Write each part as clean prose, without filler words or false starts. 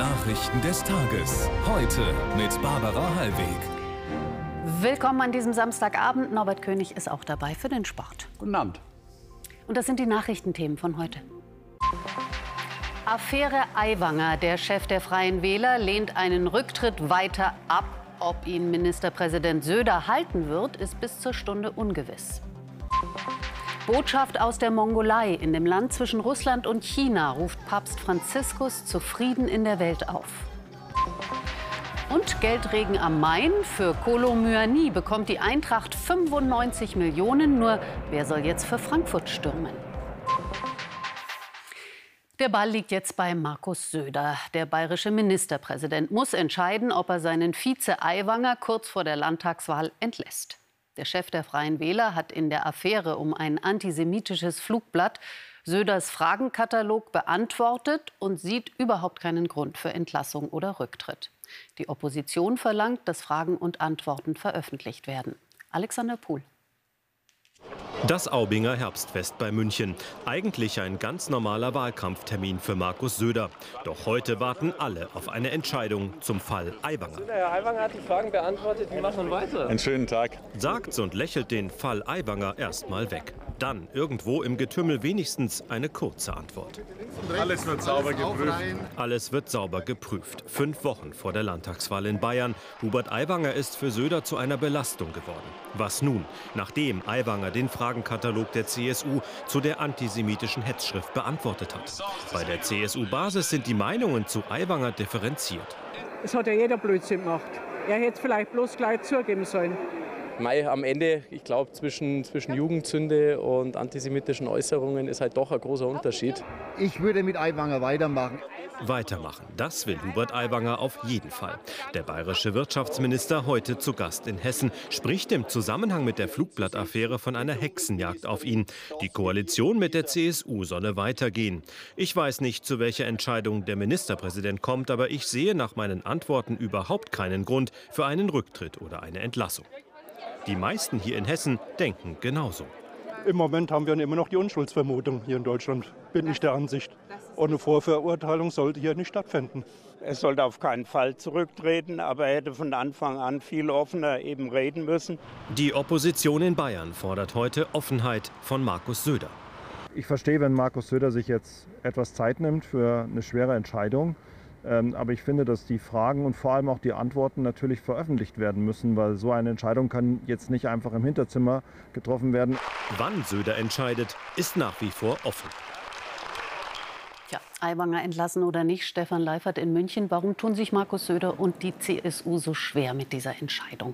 Nachrichten des Tages. Heute mit Barbara Hallweg. Willkommen an diesem Samstagabend. Norbert König ist auch dabei für den Sport. Guten Abend. Und das sind die Nachrichtenthemen von heute. Affäre Aiwanger. Der Chef der Freien Wähler lehnt einen Rücktritt weiter ab. Ob ihn Ministerpräsident Söder halten wird, ist bis zur Stunde ungewiss. Botschaft aus der Mongolei. In dem Land zwischen Russland und China ruft Papst Franziskus zu Frieden in der Welt auf. Und Geldregen am Main. Für Kolo Muani bekommt die Eintracht 95 Millionen. Nur wer soll jetzt für Frankfurt stürmen? Der Ball liegt jetzt bei Markus Söder. Der bayerische Ministerpräsident muss entscheiden, ob er seinen Vize Aiwanger kurz vor der Landtagswahl entlässt. Der Chef der Freien Wähler hat in der Affäre um ein antisemitisches Flugblatt Söders Fragenkatalog beantwortet und sieht überhaupt keinen Grund für Entlassung oder Rücktritt. Die Opposition verlangt, dass Fragen und Antworten veröffentlicht werden. Alexander Pohl. Das Aubinger Herbstfest bei München. Eigentlich ein ganz normaler Wahlkampftermin für Markus Söder. Doch heute warten alle auf eine Entscheidung zum Fall Aiwanger. Herr Aiwanger hat die Fragen beantwortet. Wie machen wir weiter? Einen schönen Tag. Sagt's und lächelt den Fall Aiwanger erstmal weg. Dann irgendwo im Getümmel wenigstens eine kurze Antwort. Alles wird sauber geprüft. Alles wird sauber geprüft. 5 Wochen vor der Landtagswahl in Bayern. Hubert Aiwanger ist für Söder zu einer Belastung geworden. Was nun, nachdem Aiwanger den Fragenkatalog der CSU zu der antisemitischen Hetzschrift beantwortet hat? Bei der CSU-Basis sind die Meinungen zu Aiwanger differenziert. Es hat ja jeder Blödsinn gemacht. Er hätte es vielleicht bloß gleich zugeben sollen. Am Ende, ich glaube, zwischen Jugendsünde und antisemitischen Äußerungen ist halt doch ein großer Unterschied. Ich würde mit Aiwanger weitermachen. Weitermachen, das will Hubert Aiwanger auf jeden Fall. Der bayerische Wirtschaftsminister, heute zu Gast in Hessen, spricht im Zusammenhang mit der Flugblattaffäre von einer Hexenjagd auf ihn. Die Koalition mit der CSU solle weitergehen. Ich weiß nicht, zu welcher Entscheidung der Ministerpräsident kommt, aber ich sehe nach meinen Antworten überhaupt keinen Grund für einen Rücktritt oder eine Entlassung. Die meisten hier in Hessen denken genauso. Im Moment haben wir immer noch die Unschuldsvermutung hier in Deutschland, bin ich der Ansicht. Und eine Vorverurteilung sollte hier nicht stattfinden. Er sollte auf keinen Fall zurücktreten, aber er hätte von Anfang an viel offener eben reden müssen. Die Opposition in Bayern fordert heute Offenheit von Markus Söder. Ich verstehe, wenn Markus Söder sich jetzt etwas Zeit nimmt für eine schwere Entscheidung. Aber ich finde, dass die Fragen und vor allem auch die Antworten natürlich veröffentlicht werden müssen, weil so eine Entscheidung kann jetzt nicht einfach im Hinterzimmer getroffen werden. Wann Söder entscheidet, ist nach wie vor offen. Tja, Aiwanger entlassen oder nicht, Stefan Leifert in München. Warum tun sich Markus Söder und die CSU so schwer mit dieser Entscheidung?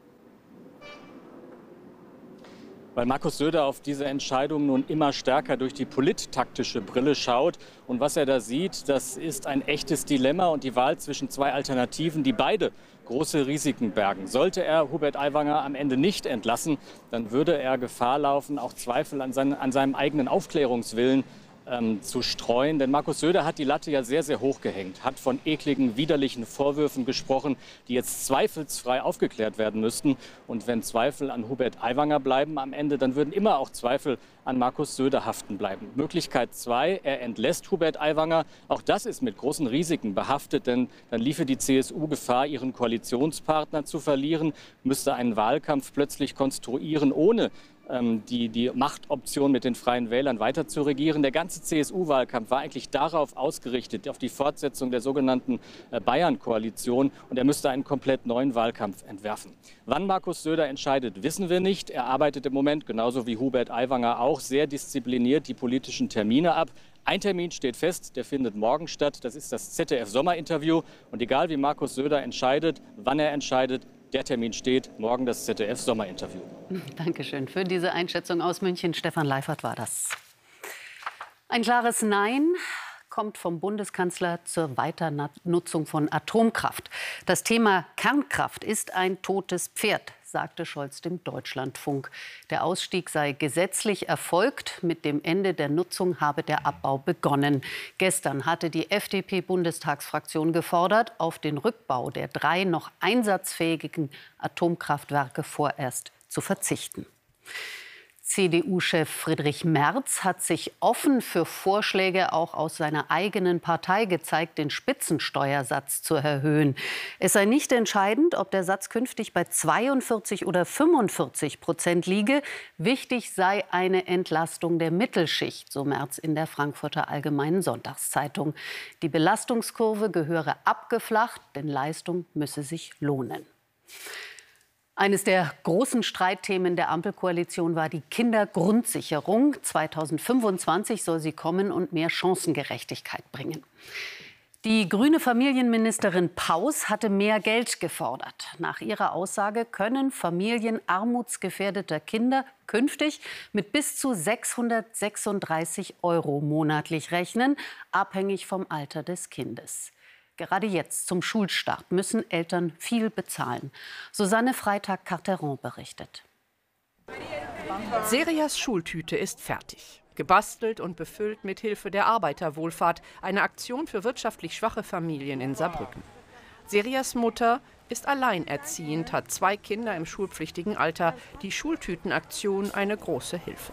Weil Markus Söder auf diese Entscheidung nun immer stärker durch die polittaktische Brille schaut. Und was er da sieht, das ist ein echtes Dilemma und die Wahl zwischen 2 Alternativen, die beide große Risiken bergen. Sollte er Hubert Aiwanger am Ende nicht entlassen, dann würde er Gefahr laufen, auch Zweifel an seinem eigenen Aufklärungswillen zu streuen. Denn Markus Söder hat die Latte ja sehr, sehr hoch gehängt, hat von ekligen, widerlichen Vorwürfen gesprochen, die jetzt zweifelsfrei aufgeklärt werden müssten. Und wenn Zweifel an Hubert Aiwanger bleiben am Ende, dann würden immer auch Zweifel an Markus Söder haften bleiben. Möglichkeit 2, er entlässt Hubert Aiwanger. Auch das ist mit großen Risiken behaftet, denn dann liefe die CSU Gefahr, ihren Koalitionspartner zu verlieren, müsste einen Wahlkampf plötzlich konstruieren, ohne die Machtoption mit den Freien Wählern weiter zu regieren. Der ganze CSU-Wahlkampf war eigentlich darauf ausgerichtet, auf die Fortsetzung der sogenannten Bayern-Koalition. Und er müsste einen komplett neuen Wahlkampf entwerfen. Wann Markus Söder entscheidet, wissen wir nicht. Er arbeitet im Moment, genauso wie Hubert Aiwanger auch, sehr diszipliniert die politischen Termine ab. Ein Termin steht fest, der findet morgen statt. Das ist das ZDF-Sommerinterview. Und egal wie Markus Söder entscheidet, wann er entscheidet, der Termin steht, morgen das ZDF-Sommerinterview. Dankeschön für diese Einschätzung aus München. Stefan Leifert war das. Ein klares Nein kommt vom Bundeskanzler zur Weiternutzung von Atomkraft. Das Thema Kernkraft ist ein totes Pferd, sagte Scholz dem Deutschlandfunk. Der Ausstieg sei gesetzlich erfolgt. Mit dem Ende der Nutzung habe der Abbau begonnen. Gestern hatte die FDP-Bundestagsfraktion gefordert, auf den Rückbau der 3 noch einsatzfähigen Atomkraftwerke vorerst zu verzichten. CDU-Chef Friedrich Merz hat sich offen für Vorschläge auch aus seiner eigenen Partei gezeigt, den Spitzensteuersatz zu erhöhen. Es sei nicht entscheidend, ob der Satz künftig bei 42 oder 45% liege. Wichtig sei eine Entlastung der Mittelschicht, so Merz in der Frankfurter Allgemeinen Sonntagszeitung. Die Belastungskurve gehöre abgeflacht, denn Leistung müsse sich lohnen. Eines der großen Streitthemen der Ampelkoalition war die Kindergrundsicherung. 2025 soll sie kommen und mehr Chancengerechtigkeit bringen. Die grüne Familienministerin Paus hatte mehr Geld gefordert. Nach ihrer Aussage können Familien armutsgefährdeter Kinder künftig mit bis zu 636 € monatlich rechnen, abhängig vom Alter des Kindes. Gerade jetzt zum Schulstart müssen Eltern viel bezahlen. Susanne Freitag-Carteron berichtet. Serias Schultüte ist fertig. Gebastelt und befüllt mit Hilfe der Arbeiterwohlfahrt. Eine Aktion für wirtschaftlich schwache Familien in Saarbrücken. Serias Mutter ist alleinerziehend, hat 2 Kinder im schulpflichtigen Alter. Die Schultütenaktion eine große Hilfe.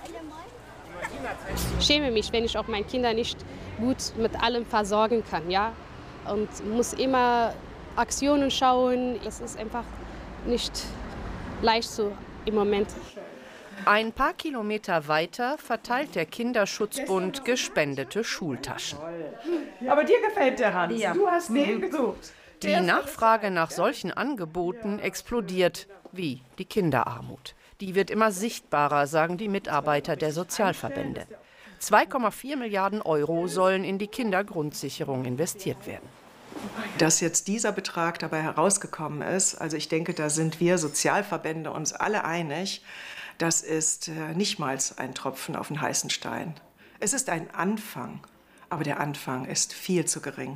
Ich schäme mich, wenn ich auch meine Kinder nicht gut mit allem versorgen kann, ja. Und muss immer Aktionen schauen. Das ist einfach nicht leicht so im Moment. Ein paar Kilometer weiter verteilt der Kinderschutzbund gespendete Schultaschen. Aber dir gefällt der Hans. Ja. Du hast den gesucht. Die Nachfrage nach solchen Angeboten explodiert, wie die Kinderarmut. Die wird immer sichtbarer, sagen die Mitarbeiter der Sozialverbände. 2,4 Milliarden € sollen in die Kindergrundsicherung investiert werden. Dass jetzt dieser Betrag dabei herausgekommen ist, also ich denke, da sind wir Sozialverbände uns alle einig, das ist nicht mal ein Tropfen auf den heißen Stein. Es ist ein Anfang, aber der Anfang ist viel zu gering.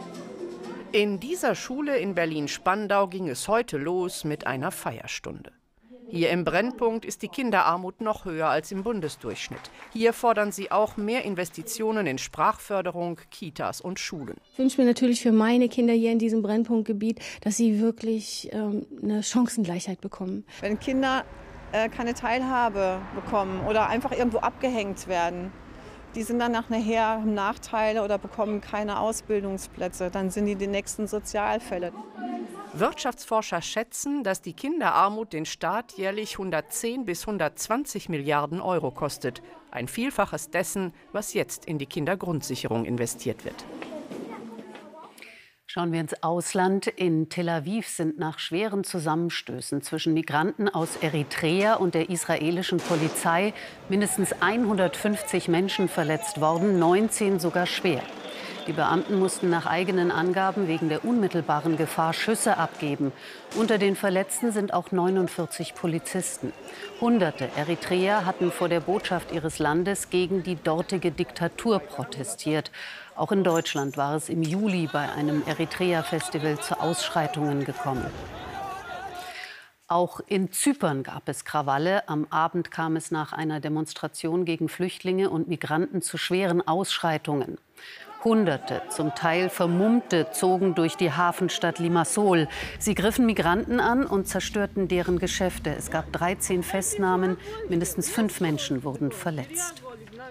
In dieser Schule in Berlin-Spandau ging es heute los mit einer Feierstunde. Hier im Brennpunkt ist die Kinderarmut noch höher als im Bundesdurchschnitt. Hier fordern sie auch mehr Investitionen in Sprachförderung, Kitas und Schulen. Ich wünsche mir natürlich für meine Kinder hier in diesem Brennpunktgebiet, dass sie wirklich eine Chancengleichheit bekommen. Wenn Kinder keine Teilhabe bekommen oder einfach irgendwo abgehängt werden, die sind dann nachher haben Nachteile oder bekommen keine Ausbildungsplätze, dann sind die nächsten Sozialfälle. Wirtschaftsforscher schätzen, dass die Kinderarmut den Staat jährlich 110 bis 120 Milliarden € kostet. Ein Vielfaches dessen, was jetzt in die Kindergrundsicherung investiert wird. Schauen wir ins Ausland. In Tel Aviv sind nach schweren Zusammenstößen zwischen Migranten aus Eritrea und der israelischen Polizei mindestens 150 Menschen verletzt worden, 19 sogar schwer. Die Beamten mussten nach eigenen Angaben wegen der unmittelbaren Gefahr Schüsse abgeben. Unter den Verletzten sind auch 49 Polizisten. Hunderte Eritreer hatten vor der Botschaft ihres Landes gegen die dortige Diktatur protestiert. Auch in Deutschland war es im Juli bei einem Eritrea-Festival zu Ausschreitungen gekommen. Auch in Zypern gab es Krawalle. Am Abend kam es nach einer Demonstration gegen Flüchtlinge und Migranten zu schweren Ausschreitungen. Hunderte, zum Teil Vermummte, zogen durch die Hafenstadt Limassol. Sie griffen Migranten an und zerstörten deren Geschäfte. Es gab 13 Festnahmen, mindestens 5 Menschen wurden verletzt.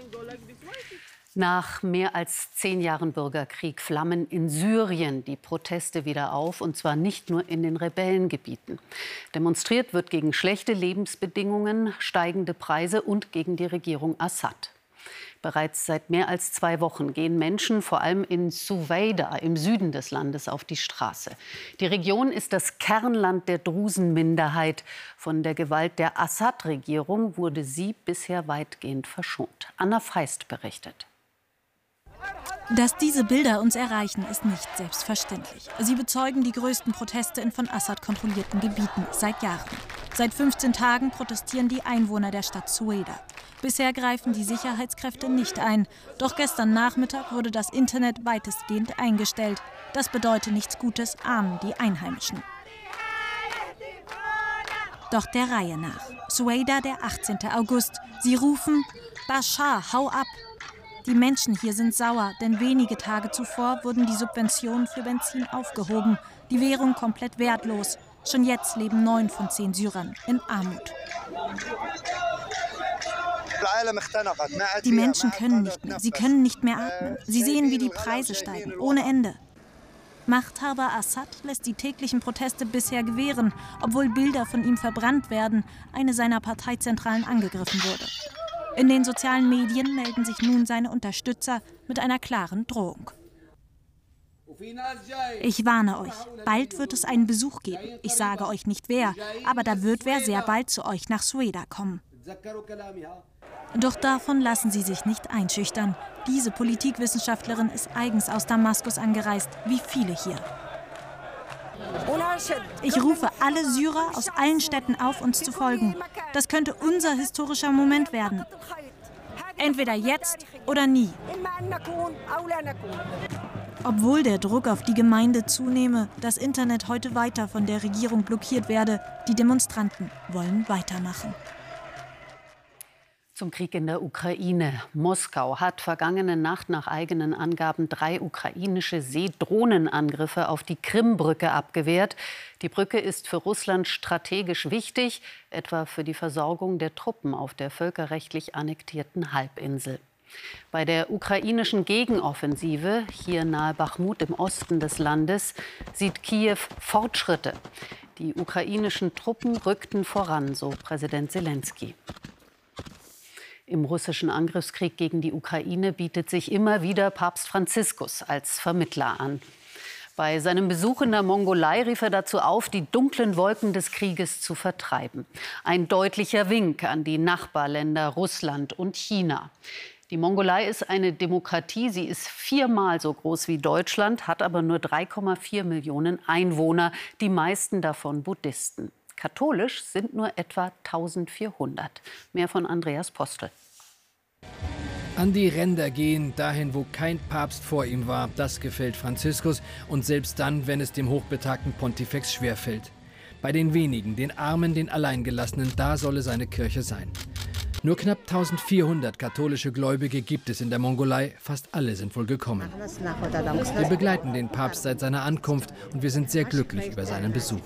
Nach mehr als 10 Jahren Bürgerkrieg flammen in Syrien die Proteste wieder auf, und zwar nicht nur in den Rebellengebieten. Demonstriert wird gegen schlechte Lebensbedingungen, steigende Preise und gegen die Regierung Assad. Bereits seit mehr als 2 Wochen gehen Menschen vor allem in Suweida im Süden des Landes auf die Straße. Die Region ist das Kernland der Drusen-Minderheit. Von der Gewalt der Assad-Regierung wurde sie bisher weitgehend verschont. Anna Feist berichtet. Dass diese Bilder uns erreichen, ist nicht selbstverständlich. Sie bezeugen die größten Proteste in von Assad kontrollierten Gebieten seit Jahren. Seit 15 Tagen protestieren die Einwohner der Stadt Suweida. Bisher greifen die Sicherheitskräfte nicht ein. Doch gestern Nachmittag wurde das Internet weitestgehend eingestellt. Das bedeutet nichts Gutes, ahnen die Einheimischen. Doch der Reihe nach. Suweida, der 18. August. Sie rufen: Bashar, hau ab! Die Menschen hier sind sauer, denn wenige Tage zuvor wurden die Subventionen für Benzin aufgehoben. Die Währung komplett wertlos. Schon jetzt leben 9 von 10 Syrern in Armut. Die Menschen können nicht mehr. Sie können nicht mehr atmen. Sie sehen, wie die Preise steigen, ohne Ende. Machthaber Assad lässt die täglichen Proteste bisher gewähren, obwohl Bilder von ihm verbrannt werden, eine seiner Parteizentralen angegriffen wurde. In den sozialen Medien melden sich nun seine Unterstützer mit einer klaren Drohung. Ich warne euch, bald wird es einen Besuch geben. Ich sage euch nicht wer, aber da wird wer sehr bald zu euch nach Sueda kommen. Doch davon lassen sie sich nicht einschüchtern. Diese Politikwissenschaftlerin ist eigens aus Damaskus angereist, wie viele hier. Ich rufe alle Syrer aus allen Städten auf, uns zu folgen. Das könnte unser historischer Moment werden. Entweder jetzt oder nie. Obwohl der Druck auf die Gemeinde zunehme, das Internet heute weiter von der Regierung blockiert werde, die Demonstranten wollen weitermachen. Zum Krieg in der Ukraine. Moskau hat vergangene Nacht nach eigenen Angaben 3 ukrainische Seedrohnenangriffe auf die Krimbrücke abgewehrt. Die Brücke ist für Russland strategisch wichtig, etwa für die Versorgung der Truppen auf der völkerrechtlich annektierten Halbinsel. Bei der ukrainischen Gegenoffensive, hier nahe Bachmut im Osten des Landes, sieht Kiew Fortschritte. Die ukrainischen Truppen rückten voran, so Präsident Selenskyj. Im russischen Angriffskrieg gegen die Ukraine bietet sich immer wieder Papst Franziskus als Vermittler an. Bei seinem Besuch in der Mongolei rief er dazu auf, die dunklen Wolken des Krieges zu vertreiben. Ein deutlicher Wink an die Nachbarländer Russland und China. Die Mongolei ist eine Demokratie. Sie ist 4-mal so groß wie Deutschland, hat aber nur 3,4 Millionen Einwohner, die meisten davon Buddhisten. Katholisch sind nur etwa 1400. Mehr von Andreas Postel. An die Ränder gehen, dahin, wo kein Papst vor ihm war, das gefällt Franziskus. Und selbst dann, wenn es dem hochbetagten Pontifex schwerfällt. Bei den wenigen, den Armen, den Alleingelassenen, da solle seine Kirche sein. Nur knapp 1400 katholische Gläubige gibt es in der Mongolei. Fast alle sind wohl gekommen. Wir begleiten den Papst seit seiner Ankunft und wir sind sehr glücklich über seinen Besuch.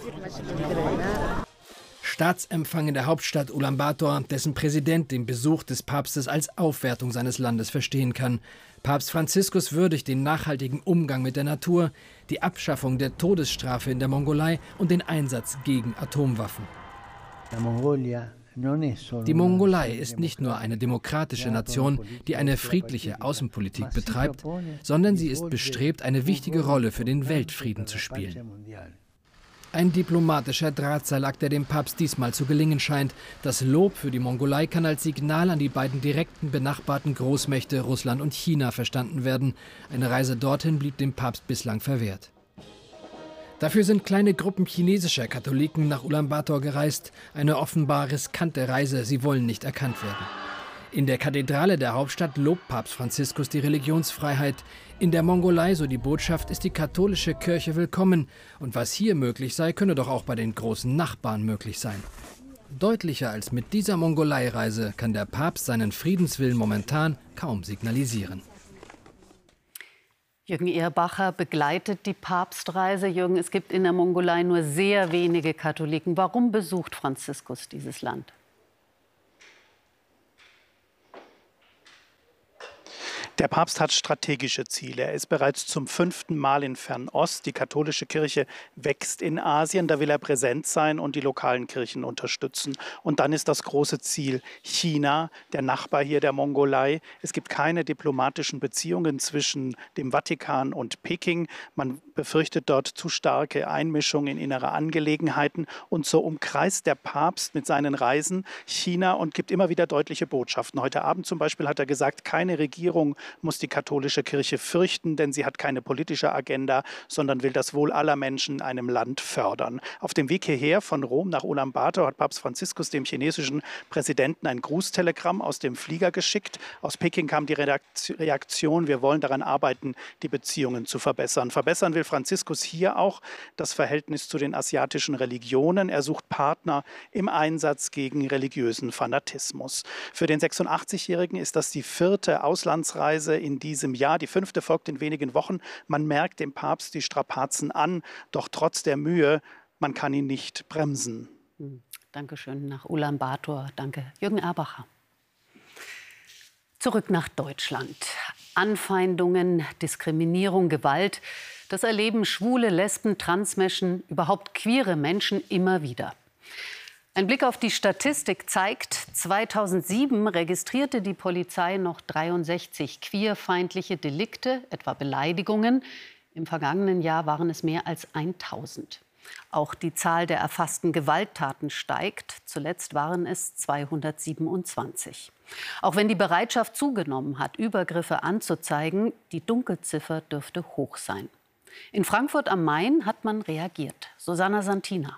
Staatsempfang in der Hauptstadt Ulaanbaatar, dessen Präsident den Besuch des Papstes als Aufwertung seines Landes verstehen kann. Papst Franziskus würdigt den nachhaltigen Umgang mit der Natur, die Abschaffung der Todesstrafe in der Mongolei und den Einsatz gegen Atomwaffen. Die Mongolei ist nicht nur eine demokratische Nation, die eine friedliche Außenpolitik betreibt, sondern sie ist bestrebt, eine wichtige Rolle für den Weltfrieden zu spielen. Ein diplomatischer Drahtseilakt, der dem Papst diesmal zu gelingen scheint. Das Lob für die Mongolei kann als Signal an die beiden direkten benachbarten Großmächte Russland und China verstanden werden. Eine Reise dorthin blieb dem Papst bislang verwehrt. Dafür sind kleine Gruppen chinesischer Katholiken nach Ulaanbaatar gereist. Eine offenbar riskante Reise, sie wollen nicht erkannt werden. In der Kathedrale der Hauptstadt lobt Papst Franziskus die Religionsfreiheit. In der Mongolei, so die Botschaft, ist die katholische Kirche willkommen. Und was hier möglich sei, könne doch auch bei den großen Nachbarn möglich sein. Deutlicher als mit dieser Mongolei-Reise kann der Papst seinen Friedenswillen momentan kaum signalisieren. Jürgen Ehrbacher begleitet die Papstreise. Jürgen, es gibt in der Mongolei nur sehr wenige Katholiken. Warum besucht Franziskus dieses Land? Der Papst hat strategische Ziele. Er ist bereits zum 5. Mal in Fernost. Die katholische Kirche wächst in Asien. Da will er präsent sein und die lokalen Kirchen unterstützen. Und dann ist das große Ziel China, der Nachbar hier der Mongolei. Es gibt keine diplomatischen Beziehungen zwischen dem Vatikan und Peking. Man befürchtet dort zu starke Einmischung in innere Angelegenheiten. Und so umkreist der Papst mit seinen Reisen China und gibt immer wieder deutliche Botschaften. Heute Abend zum Beispiel hat er gesagt, keine Regierung muss die katholische Kirche fürchten, denn sie hat keine politische Agenda, sondern will das Wohl aller Menschen in einem Land fördern. Auf dem Weg hierher von Rom nach Ulaanbaatar hat Papst Franziskus dem chinesischen Präsidenten ein Grußtelegramm aus dem Flieger geschickt. Aus Peking kam die Reaktion, wir wollen daran arbeiten, die Beziehungen zu verbessern. Verbessern will Franziskus hier auch das Verhältnis zu den asiatischen Religionen. Er sucht Partner im Einsatz gegen religiösen Fanatismus. Für den 86-Jährigen ist das die 4. Auslandsreise in diesem Jahr. Die 5. folgt in wenigen Wochen. Man merkt dem Papst die Strapazen an, doch trotz der Mühe, man kann ihn nicht bremsen. Dankeschön nach Ulaanbaatar. Danke, Jürgen Ehrbacher. Zurück nach Deutschland. Anfeindungen, Diskriminierung, Gewalt, das erleben schwule, Lesben, Transmenschen, überhaupt queere Menschen immer wieder. Ein Blick auf die Statistik zeigt, 2007 registrierte die Polizei noch 63 queerfeindliche Delikte, etwa Beleidigungen. Im vergangenen Jahr waren es mehr als 1000. Auch die Zahl der erfassten Gewalttaten steigt. Zuletzt waren es 227. Auch wenn die Bereitschaft zugenommen hat, Übergriffe anzuzeigen, die Dunkelziffer dürfte hoch sein. In Frankfurt am Main hat man reagiert. Susanna Santina.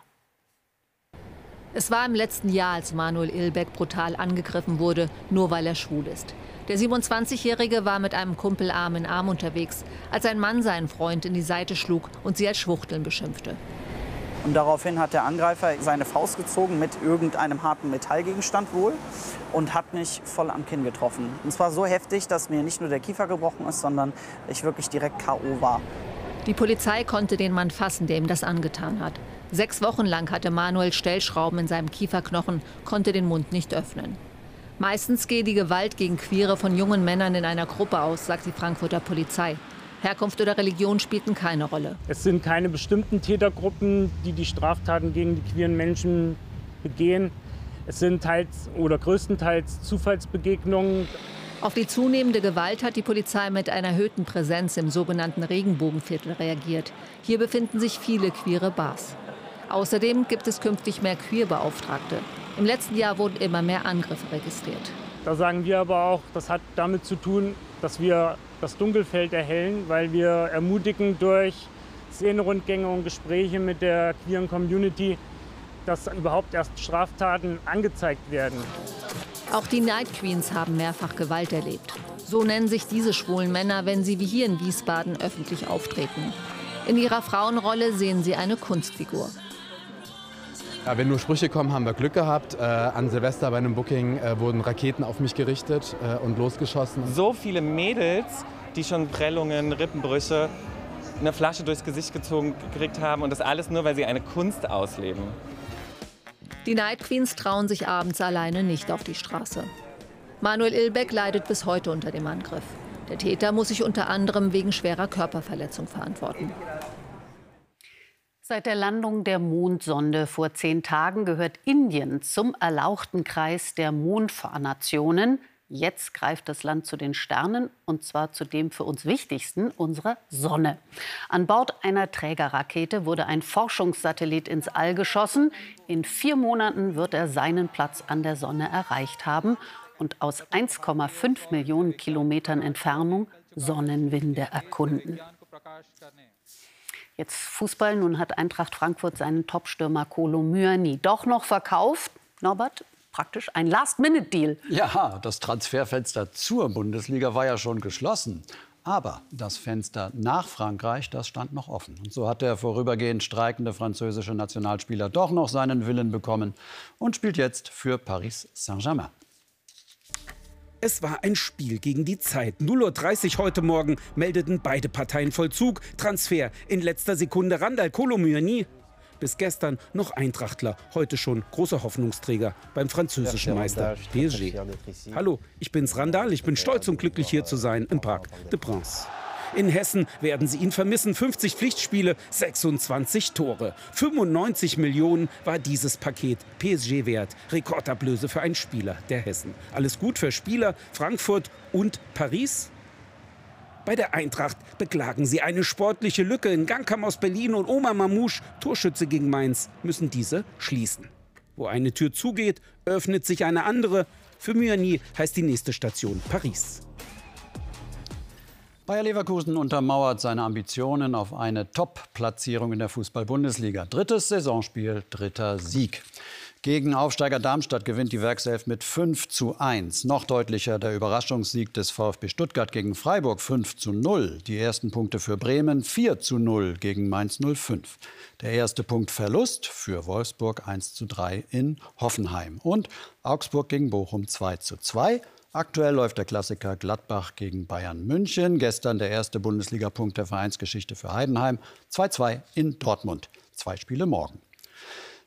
Es war im letzten Jahr, als Manuel Illbeck brutal angegriffen wurde, nur weil er schwul ist. Der 27-Jährige war mit einem Kumpel Arm in Arm unterwegs, als ein Mann seinen Freund in die Seite schlug und sie als Schwuchteln beschimpfte. Und daraufhin hat der Angreifer seine Faust gezogen mit irgendeinem harten Metallgegenstand wohl und hat mich voll am Kinn getroffen. Und es war so heftig, dass mir nicht nur der Kiefer gebrochen ist, sondern ich wirklich direkt K.O. war. Die Polizei konnte den Mann fassen, der ihm das angetan hat. 6 Wochen lang hatte Manuel Stellschrauben in seinem Kieferknochen, konnte den Mund nicht öffnen. Meistens gehe die Gewalt gegen Queere von jungen Männern in einer Gruppe aus, sagt die Frankfurter Polizei. Herkunft oder Religion spielten keine Rolle. Es sind keine bestimmten Tätergruppen, die die Straftaten gegen die queeren Menschen begehen. Es sind teils oder größtenteils Zufallsbegegnungen. Auf die zunehmende Gewalt hat die Polizei mit einer erhöhten Präsenz im sogenannten Regenbogenviertel reagiert. Hier befinden sich viele queere Bars. Außerdem gibt es künftig mehr Queerbeauftragte. Im letzten Jahr wurden immer mehr Angriffe registriert. Da sagen wir aber auch, das hat damit zu tun, dass wir das Dunkelfeld erhellen, weil wir ermutigen durch Szenerundgänge und Gespräche mit der queeren Community, dass überhaupt erst Straftaten angezeigt werden. Auch die Night Queens haben mehrfach Gewalt erlebt. So nennen sich diese schwulen Männer, wenn sie wie hier in Wiesbaden öffentlich auftreten. In ihrer Frauenrolle sehen sie eine Kunstfigur. Ja, wenn nur Sprüche kommen, haben wir Glück gehabt. An Silvester bei einem Booking wurden Raketen auf mich gerichtet und losgeschossen. So viele Mädels, die schon Prellungen, Rippenbrüche, eine Flasche durchs Gesicht gezogen gekriegt haben. Und das alles nur, weil sie eine Kunst ausleben. Die Night Queens trauen sich abends alleine nicht auf die Straße. Manuel Illbeck leidet bis heute unter dem Angriff. Der Täter muss sich unter anderem wegen schwerer Körperverletzung verantworten. Seit der Landung der Mondsonde vor 10 Tagen gehört Indien zum erlauchten Kreis der Mondfahrnationen. Jetzt greift das Land zu den Sternen, und zwar zu dem für uns wichtigsten, unserer Sonne. An Bord einer Trägerrakete wurde ein Forschungssatellit ins All geschossen. In 4 Monaten wird er seinen Platz an der Sonne erreicht haben und aus 1,5 Millionen Kilometern Entfernung Sonnenwinde erkunden. Jetzt Fußball. Nun hat Eintracht Frankfurt seinen Topstürmer Kolo Muani doch noch verkauft. Norbert, praktisch ein Last-Minute-Deal. Ja, das Transferfenster zur Bundesliga war ja schon geschlossen. Aber das Fenster nach Frankreich, das stand noch offen. Und so hat der vorübergehend streikende französische Nationalspieler doch noch seinen Willen bekommen und spielt jetzt für Paris Saint-Germain. Es war ein Spiel gegen die Zeit. 0:30 Uhr heute Morgen meldeten beide Parteien Vollzug. Transfer in letzter Sekunde. Randal Kolo Muani, bis gestern noch Eintrachtler, heute schon großer Hoffnungsträger beim französischen Meister PSG. Hallo, ich bin's Randal. Ich bin stolz und glücklich, hier zu sein im Parc des Princes. In Hessen werden sie ihn vermissen. 50 Pflichtspiele, 26 Tore. 95 Millionen war dieses Paket PSG wert. Rekordablöse für einen Spieler der Hessen. Alles gut für Spieler Frankfurt und Paris? Bei der Eintracht beklagen sie eine sportliche Lücke. Ngakam aus Berlin und Omar Mamouche, Torschütze gegen Mainz, müssen diese schließen. Wo eine Tür zugeht, öffnet sich eine andere. Für Muani heißt die nächste Station Paris. Bayer Leverkusen untermauert seine Ambitionen auf eine Top-Platzierung in der Fußball-Bundesliga. 3. Saisonspiel, 3. Sieg. Gegen Aufsteiger Darmstadt gewinnt die Werkself mit 5:1. Noch deutlicher der Überraschungssieg des VfB Stuttgart gegen Freiburg 5:0. Die ersten Punkte für Bremen 4:0 gegen Mainz 05. Der erste Punktverlust für Wolfsburg 1:3 in Hoffenheim. Und Augsburg gegen Bochum 2:2. Aktuell läuft der Klassiker Gladbach gegen Bayern München. Gestern der erste Bundesliga-Punkt der Vereinsgeschichte für Heidenheim. 2:2 in Dortmund. 2 Spiele morgen.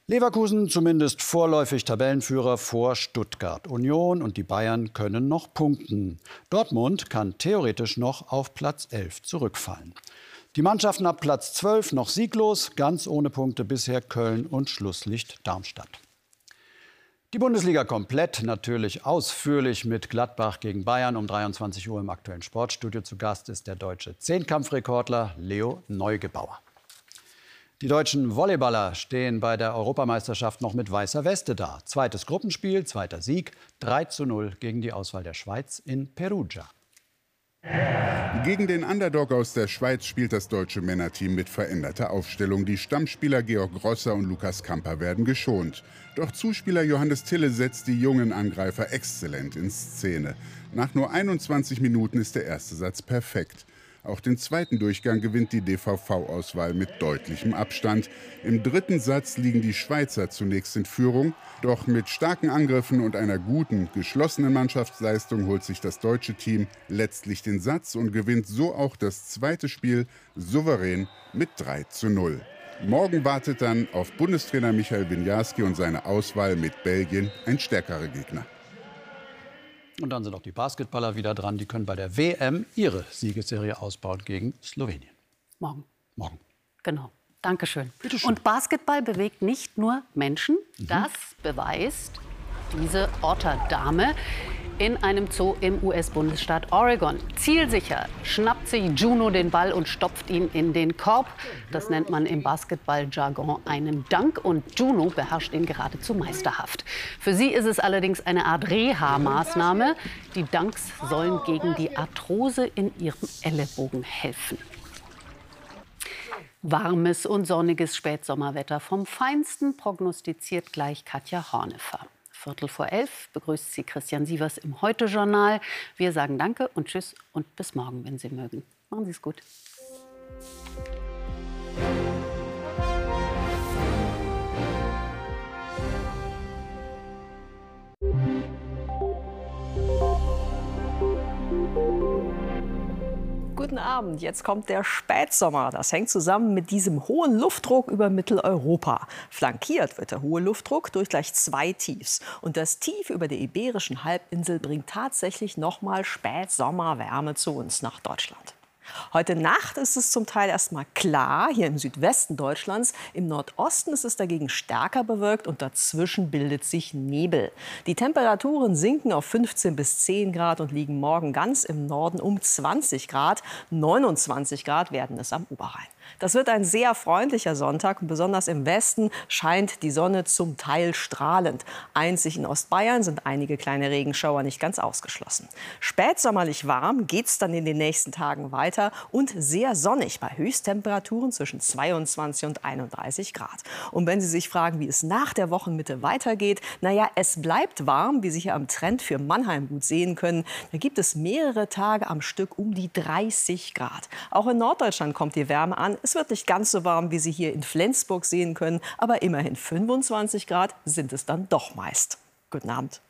Leverkusen zumindest vorläufig Tabellenführer vor Stuttgart. Union und die Bayern können noch punkten. Dortmund kann theoretisch noch auf Platz 11 zurückfallen. Die Mannschaften ab Platz 12 noch sieglos, ganz ohne Punkte bisher Köln und Schlusslicht Darmstadt. Die Bundesliga komplett, natürlich ausführlich mit Gladbach gegen Bayern. Um 23 Uhr im Aktuellen Sportstudio zu Gast ist der deutsche Zehnkampfrekordler Leo Neugebauer. Die deutschen Volleyballer stehen bei der Europameisterschaft noch mit weißer Weste da. Zweites Gruppenspiel, zweiter Sieg, 3:0 gegen die Auswahl der Schweiz in Perugia. Gegen den Underdog aus der Schweiz spielt das deutsche Männerteam mit veränderter Aufstellung. Die Stammspieler Georg Rosser und Lukas Kamper werden geschont. Doch Zuspieler Johannes Tille setzt die jungen Angreifer exzellent in Szene. Nach nur 21 Minuten ist der erste Satz perfekt. Auch den zweiten Durchgang gewinnt die DVV-Auswahl mit deutlichem Abstand. Im dritten Satz liegen die Schweizer zunächst in Führung. Doch mit starken Angriffen und einer guten, geschlossenen Mannschaftsleistung holt sich das deutsche Team letztlich den Satz und gewinnt so auch das zweite Spiel souverän mit 3:0. Morgen wartet dann auf Bundestrainer Michael Winiarski und seine Auswahl mit Belgien ein stärkerer Gegner. Und dann sind auch die Basketballer wieder dran. Die können bei der WM ihre Siegesserie ausbauen gegen Slowenien. Morgen. Morgen. Genau. Dankeschön. Und Basketball bewegt nicht nur Menschen. Das beweist diese Otterdame in einem Zoo im US-Bundesstaat Oregon. Zielsicher schnappt sich Juno den Ball und stopft ihn in den Korb. Das nennt man im Basketball-Jargon einen Dunk. Und Juno beherrscht ihn geradezu meisterhaft. Für sie ist es allerdings eine Art Reha-Maßnahme. Die Dunks sollen gegen die Arthrose in ihrem Ellenbogen helfen. Warmes und sonniges Spätsommerwetter vom Feinsten prognostiziert gleich Katja Hornefer. 11:15 begrüßt Sie Christian Sievers im Heute-Journal. Wir sagen Danke und Tschüss und bis morgen, wenn Sie mögen. Machen Sie es gut. Guten Abend, jetzt kommt der Spätsommer. Das hängt zusammen mit diesem hohen Luftdruck über Mitteleuropa. Flankiert wird der hohe Luftdruck durch gleich 2 Tiefs. Und das Tief über der Iberischen Halbinsel bringt tatsächlich nochmal Spätsommerwärme zu uns nach Deutschland. Heute Nacht ist es zum Teil erstmal klar, hier im Südwesten Deutschlands. Im Nordosten ist es dagegen stärker bewölkt und dazwischen bildet sich Nebel. Die Temperaturen sinken auf 15 bis 10 Grad und liegen morgen ganz im Norden um 20 Grad. 29 Grad werden es am Oberrhein. Das wird ein sehr freundlicher Sonntag und besonders im Westen scheint die Sonne zum Teil strahlend. Einzig in Ostbayern sind einige kleine Regenschauer nicht ganz ausgeschlossen. Spätsommerlich warm geht's dann in den nächsten Tagen weiter und sehr sonnig bei Höchsttemperaturen zwischen 22 und 31 Grad. Und wenn Sie sich fragen, wie es nach der Wochenmitte weitergeht, naja, es bleibt warm, wie Sie hier am Trend für Mannheim gut sehen können. Da gibt es mehrere Tage am Stück um die 30 Grad. Auch in Norddeutschland kommt die Wärme an. Es wird nicht ganz so warm, wie Sie hier in Flensburg sehen können, aber immerhin 25 Grad sind es dann doch meist. Guten Abend.